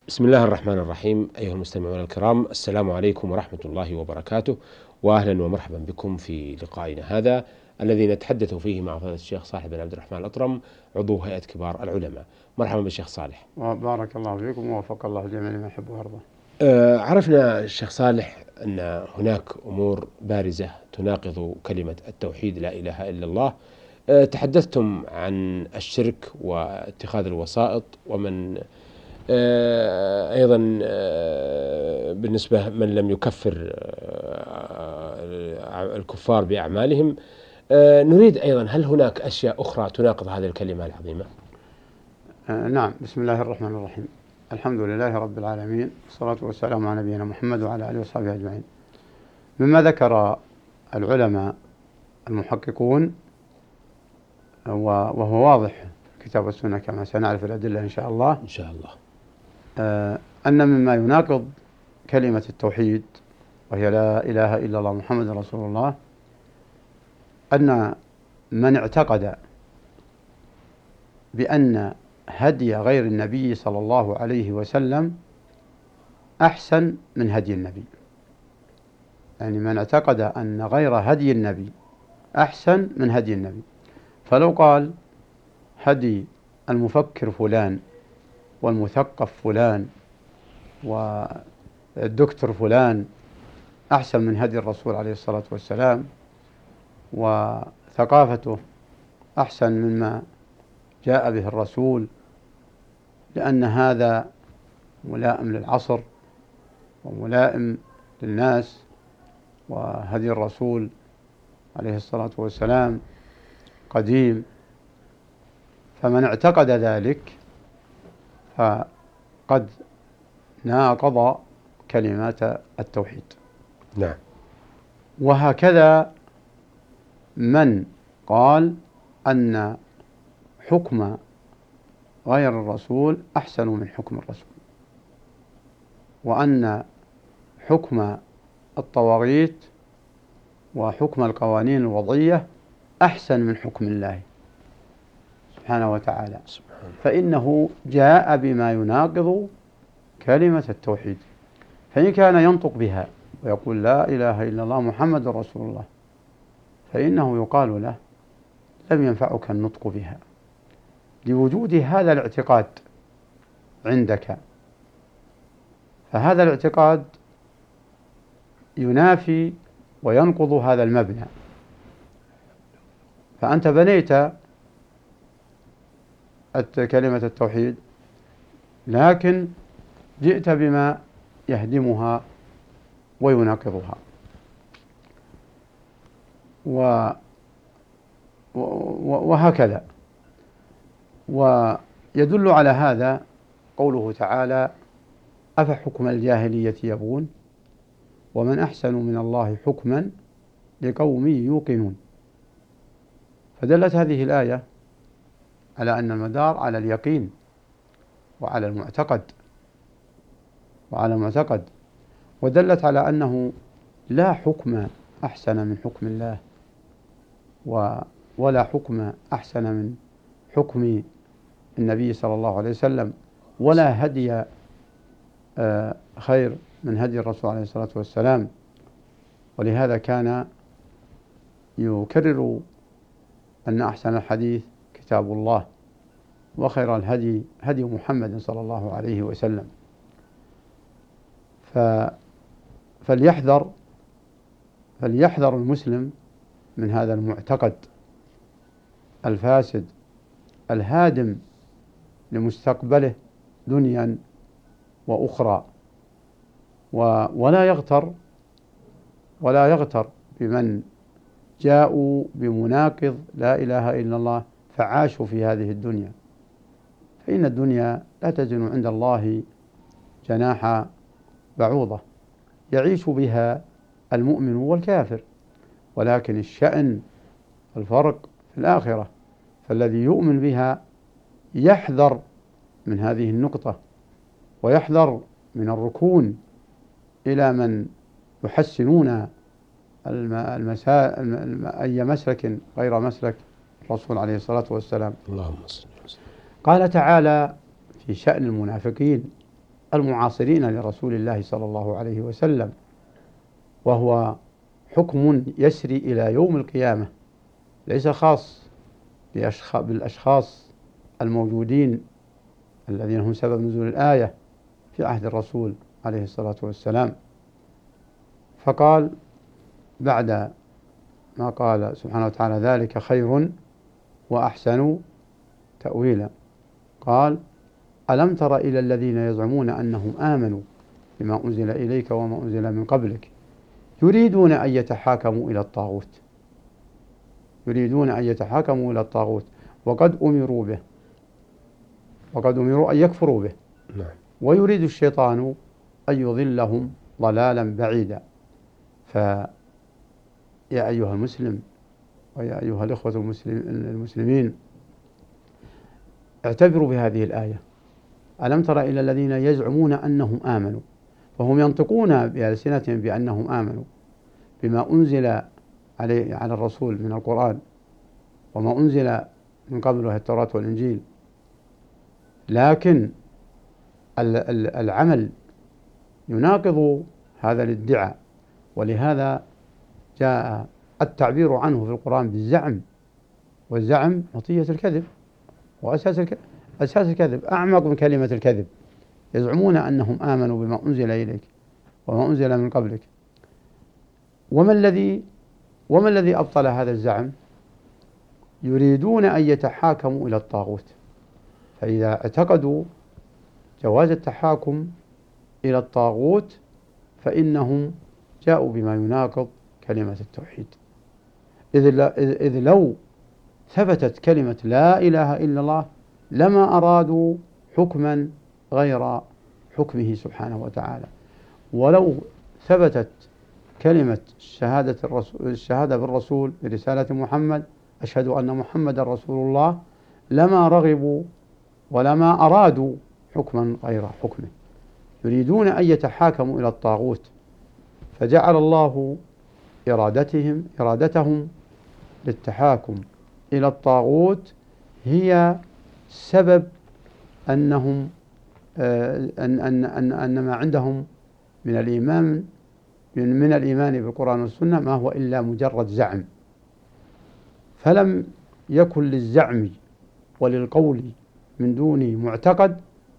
بسم الله الرحمن الرحيم. أيها المستمعون الكرام، السلام عليكم ورحمة الله وبركاته، وأهلا ومرحبا بكم في لقائنا هذا الذي نتحدث فيه مع فضيلة الشيخ صالح بن عبد الرحمن الأطرم، عضو هيئة كبار العلماء. مرحبا بالشيخ صالح. وبارك الله فيكم ووفق الله الجميع لما يحب ويرضى. عرفنا الشيخ صالح أن هناك أمور بارزة تناقض كلمة التوحيد لا إله إلا الله. تحدثتم عن الشرك واتخاذ الوسائط، ومن أيضا بالنسبة من لم يكفر الكفار بأعمالهم. نريد أيضا، هل هناك أشياء أخرى تناقض هذه الكلمة العظيمة؟ نعم، بسم الله الرحمن الرحيم. الحمد لله رب العالمين، والصلاة والسلام على نبينا محمد وعلى آله وصحبه أجمعين. مما ذكر العلماء المحققون وهو واضح في الكتاب والسنة كما سنعرف الأدلة إن شاء الله، أن مما يناقض كلمة التوحيد وهي لا إله إلا الله محمد رسول الله، أن من اعتقد بأن هدي غير النبي صلى الله عليه وسلم أحسن من هدي النبي، يعني من اعتقد أن غير هدي النبي أحسن من هدي النبي، فلو قال هدي المفكر فلان والمثقف فلان والدكتور فلان أحسن من هدي الرسول عليه الصلاة والسلام، وثقافته أحسن مما جاء به الرسول، لأن هذا ملائم للعصر وملائم للناس، وهدي الرسول عليه الصلاة والسلام قديم. فمن اعتقد ذلك فقد ناقض كلمات التوحيد. نعم. وهكذا من قال أن حكم غير الرسول أحسن من حكم الرسول، وأن حكم الطواغيت وحكم القوانين الوضعية أحسن من حكم الله سبحانه وتعالى، فإنه جاء بما يناقض كلمة التوحيد. فإن كان ينطق بها ويقول لا إله إلا الله محمد رسول الله، فإنه يقال له لم ينفعك النطق بها لوجود هذا الاعتقاد عندك، فهذا الاعتقاد ينافي وينقض هذا المبنى. فأنت بنيت كلمة التوحيد، لكن جئت بما يهدمها ويناقضها. وهكذا. ويدل على هذا قوله تعالى: أفحكم الجاهلية يبغون ومن أحسن من الله حكما لقوم يوقنون. فدلت هذه الآية على أن المدار على اليقين وعلى المعتقد، ودلت على أنه لا حكم أحسن من حكم الله، ولا حكم أحسن من حكم النبي صلى الله عليه وسلم، ولا هدي خير من هدي الرسول عليه الصلاة والسلام. ولهذا كان يكرر أن أحسن الحديث كتاب الله، وخير الهدي هدي محمد صلى الله عليه وسلم. فليحذر المسلم من هذا المعتقد الفاسد الهادم لمستقبله دنيا وأخرى، ولا يغتر بمن جاءوا بمناقض لا إله إلا الله فعاشوا في هذه الدنيا، فإن الدنيا لا تزن عند الله جناح بعوضة يعيش بها المؤمن والكافر، ولكن الشأن الفرق في الآخرة. فالذي يؤمن بها يحذر من هذه النقطة، ويحذر من الركون إلى من يحسنون أي مسلك غير مسلك الرسول عليه الصلاة والسلام. اللهم صل وسلم. قال تعالى في شأن المنافقين: المعاصرين لرسول الله صلى الله عليه وسلم، وهو حكم يسري إلى يوم القيامة، ليس خاص بالأشخاص الموجودين الذين هم سبب نزول الآية في عهد الرسول عليه الصلاة والسلام. فقال بعد ما قال سبحانه وتعالى ذلك خير وأحسن تأويلا، قال ألم تر إلى الذين يزعمون أنهم آمنوا بما أنزل إليك وما أنزل من قبلك يريدون أن يتحاكموا إلى الطاغوت، يريدون أن يتحاكموا إلى الطاغوت وقد أمروا أن يكفروا به، ويريد الشيطان أن يضلهم ضلالا بعيدا. فيا أيها المسلم ويا أيها الإخوة المسلمين، اعتبروا بهذه الآية. ألم تر إلى الذين يزعمون أنهم آمنوا، فهم ينطقون بألسنتهم بأنهم آمنوا بما أنزل على الرسول من القرآن وما أنزل من قبله التوراة والإنجيل، لكن العمل يناقض هذا الادعاء، ولهذا جاء التعبير عنه في القرآن بالزعم، والزعم مطية الكذب وأساس الكذب أعمق من كلمة الكذب. يزعمون أنهم آمنوا بما أنزل إليك وما أنزل من قبلك. وما الذي أبطل هذا الزعم؟ يريدون أن يتحاكموا إلى الطاغوت، فإذا اعتقدوا جواز التحاكم إلى الطاغوت فإنهم جاءوا بما يناقض كلمة التوحيد، إذ لو ثبتت كلمة لا إله إلا الله لما أرادوا حكما غير حكمه سبحانه وتعالى. ولو ثبتت كلمة الشهادة بالرسول برسالة محمد، أشهد أن محمد رسول الله، لما رغبوا ولما أرادوا حكما غير حكمه. يريدون أن يتحاكموا إلى الطاغوت، فجعل الله إرادتهم للتحاكم إلى الطاغوت هي سبب أنهم أن ما عندهم من الإيمان بالقرآن والسنة ما هو إلا مجرد زعم، فلم يكن للزعم وللقول من دون معتقد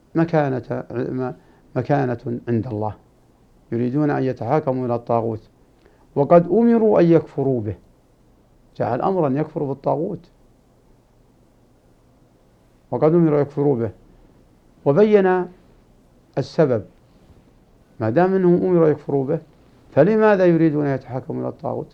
مكانة عند الله. يريدون أن يتحاكموا إلى الطاغوت وقد أمروا أن يكفروا به، جاء الأمر أن يكفروا بالطاغوت وقد أمروا أن يكفروا به، وبين السبب. ما دام أنهم أمروا أن يكفروا به فلماذا يريدون أن يتحاكموا إلى الطاغوت؟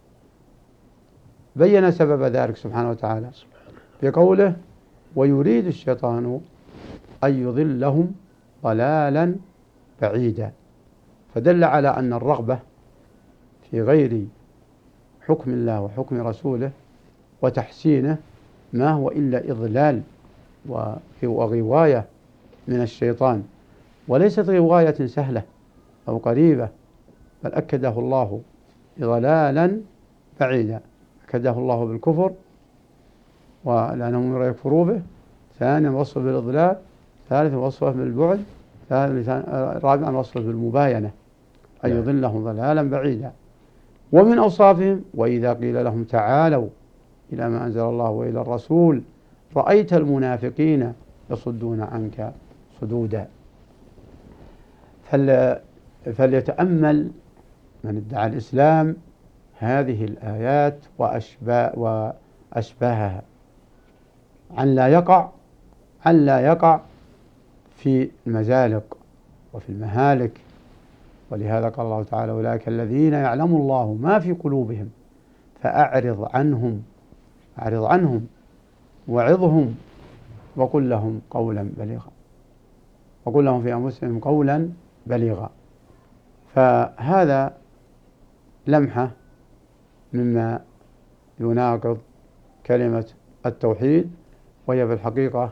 بين سبب ذلك سبحانه وتعالى بقوله ويريد الشيطان أن يضلهم ضلالا بعيدا، فدل على أن الرغبة في غير حكم الله وحكم رسوله وتحسينه ما هو إلا إضلال وغواية من الشيطان، وليست غواية سهلة أو قريبة، بل أكده الله ضلالا بعيدا. أكده الله بالكفر ولأنهم أمروا يكفروا به، ثانيا وصفه بالإضلال، ثالثا وصفه بالبعد، رابعا وصفه بالمباينة أن يضلهم ضلالا بعيدا. ومن أوصافهم وإذا قيل لهم تعالوا إلى ما أنزل الله وإلى الرسول رأيت المنافقين يصدون عنك صدودا. فليتأمل من ادعى الإسلام هذه الآيات وأشباهها عن لا يقع في المزالق وفي المهالك. ولهذا قال الله تعالى أولئك الذين يعلم الله ما في قلوبهم فأعرض عنهم وعظهم وقل لهم قولا بليغا، وقل لهم في أنفسهم قولا بليغا. فهذا لمحة مما يناقض كلمة التوحيد، وهي في الحقيقة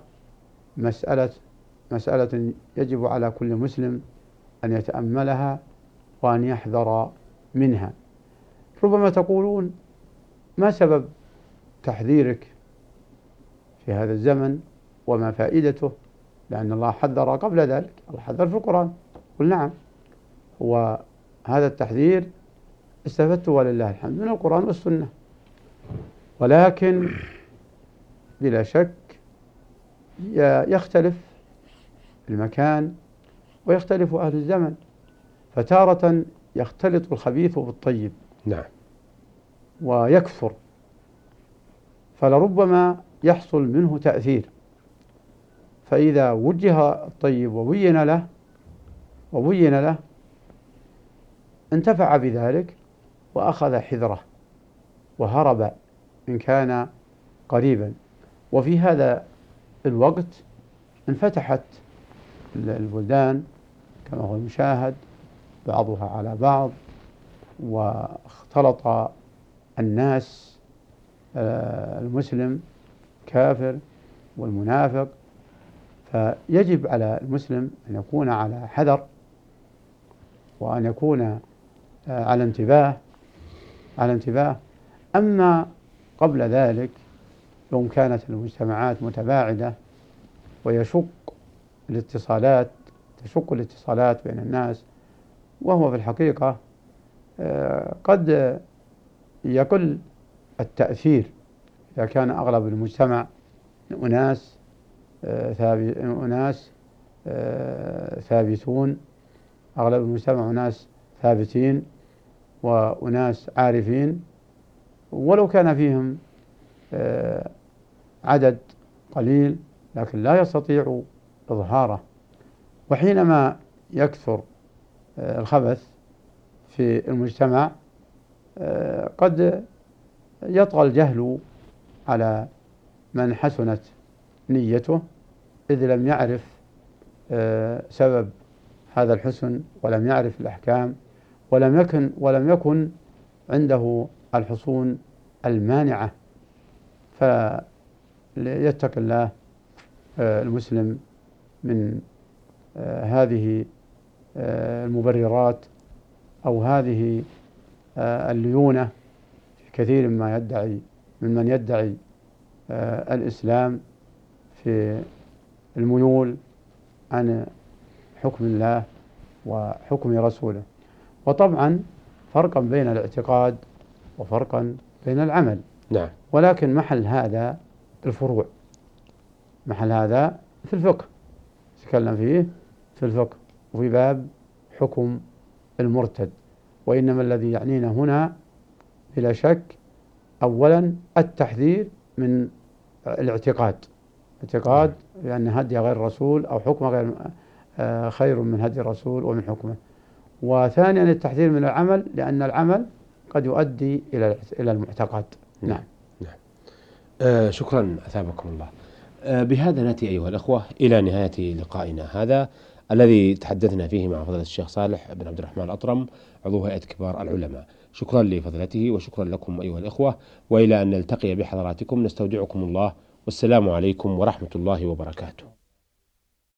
مسألة يجب على كل مسلم أن يتأملها وأن يحذر منها. ربما تقولون ما سبب تحذيرك في هذا الزمن وما فائدته لأن الله حذر قبل ذلك، الله حذر في القرآن. قل نعم، وهذا التحذير استفدت ولله الحمد من القرآن والسنة، ولكن بلا شك يختلف المكان ويختلف أهل الزمن، فتارة يختلط الخبيث بالطيب نعم ويكثر، فلربما يحصل منه تأثير، فإذا وجه الطيب وبين له انتفع بذلك وأخذ حذره وهرب إن كان قريبا. وفي هذا الوقت انفتحت البلدان كما هو المشاهد، بعضها على بعض، واختلط الناس، المسلم كافر والمنافق، فيجب على المسلم أن يكون على حذر وأن يكون على انتباه. أما قبل ذلك يوم كانت المجتمعات متباعدة ويشق الاتصالات بين الناس، وهو في الحقيقة قد يقل التأثير إذا كان أغلب المجتمع أناس ثابتون، أغلب المجتمع أناس ثابتين وأناس عارفين، ولو كان فيهم عدد قليل لكن لا يستطيع إظهاره. وحينما يكثر الخبث في المجتمع قد يطغى الجهل على من حسنت نيته، إذ لم يعرف سبب هذا الحسن، ولم يعرف الأحكام، ولم يكن عنده الحصون المانعة. فليتق الله المسلم من هذه المبررات أو هذه الليونة في كثير ممن يدعي الإسلام في الميول عن حكم الله وحكم رسوله. وطبعا فرقا بين الاعتقاد وفرقا بين العمل. نعم. ولكن محل هذا الفروع، محل هذا في الفقه، نتكلم فيه في الفقه وفي باب حكم المرتد. وإنما الذي يعنينا هنا بلا شك أولا التحذير من الاعتقاد بأن هدي غير الرسول أو حكم غير خير من هدي الرسول ومن حكمه. وثانيا التحذير من العمل، لأن العمل قد يؤدي إلى المعتقد. نعم. شكرا أثابكم الله. بهذا نأتي أيها الأخوة إلى نهاية لقائنا هذا الذي تحدثنا فيه مع فضيلة الشيخ صالح بن عبد الرحمن الأطرم، عضو هيئة كبار العلماء. شكرا لفضيلته وشكرا لكم أيها الأخوة، وإلى أن نلتقي بحضراتكم نستودعكم الله، والسلام عليكم ورحمة الله وبركاته.